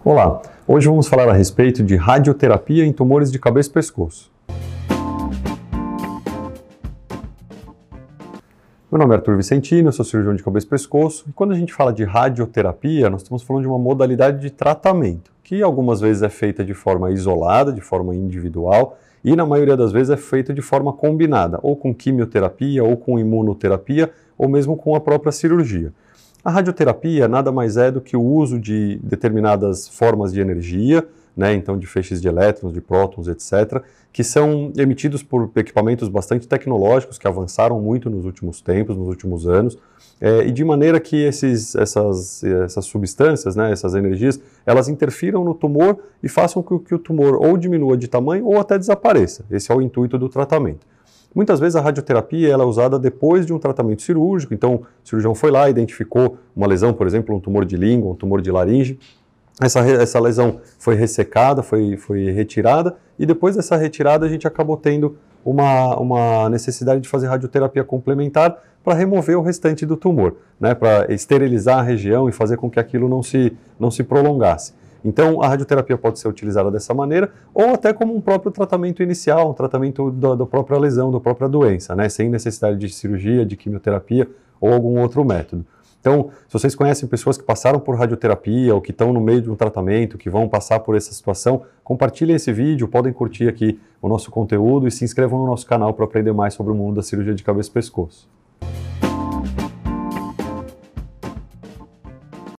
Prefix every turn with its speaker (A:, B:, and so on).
A: Olá, hoje vamos falar a respeito de radioterapia em tumores de cabeça e pescoço. Meu nome é Arthur Vicentino, eu sou cirurgião de cabeça e pescoço, e quando a gente fala de radioterapia, nós estamos falando de uma modalidade de tratamento, que algumas vezes é feita de forma isolada, de forma individual, e na maioria das vezes é feita de forma combinada, ou com quimioterapia, ou com imunoterapia, ou mesmo com a própria cirurgia. A radioterapia nada mais é do que o uso de determinadas formas de energia, então de feixes de elétrons, de prótons, etc., que são emitidos por equipamentos bastante tecnológicos que avançaram muito nos últimos tempos, nos últimos anos, e de maneira que essas substâncias, essas energias, elas interfiram no tumor e façam com que o tumor ou diminua de tamanho ou até desapareça. Esse é o intuito do tratamento. Muitas vezes a radioterapia ela é usada depois de um tratamento cirúrgico, então o cirurgião foi lá, identificou uma lesão, por exemplo, um tumor de língua, um tumor de laringe. Essa lesão foi ressecada, foi retirada, e depois dessa retirada a gente acabou tendo uma necessidade de fazer radioterapia complementar para remover o restante do tumor, para esterilizar a região e fazer com que aquilo não se prolongasse. Então, a radioterapia pode ser utilizada dessa maneira, ou até como um próprio tratamento inicial, um tratamento da própria lesão, da própria doença, sem necessidade de cirurgia, de quimioterapia ou algum outro método. Então, se vocês conhecem pessoas que passaram por radioterapia ou que estão no meio de um tratamento, que vão passar por essa situação, compartilhem esse vídeo, podem curtir aqui o nosso conteúdo e se inscrevam no nosso canal para aprender mais sobre o mundo da cirurgia de cabeça e pescoço.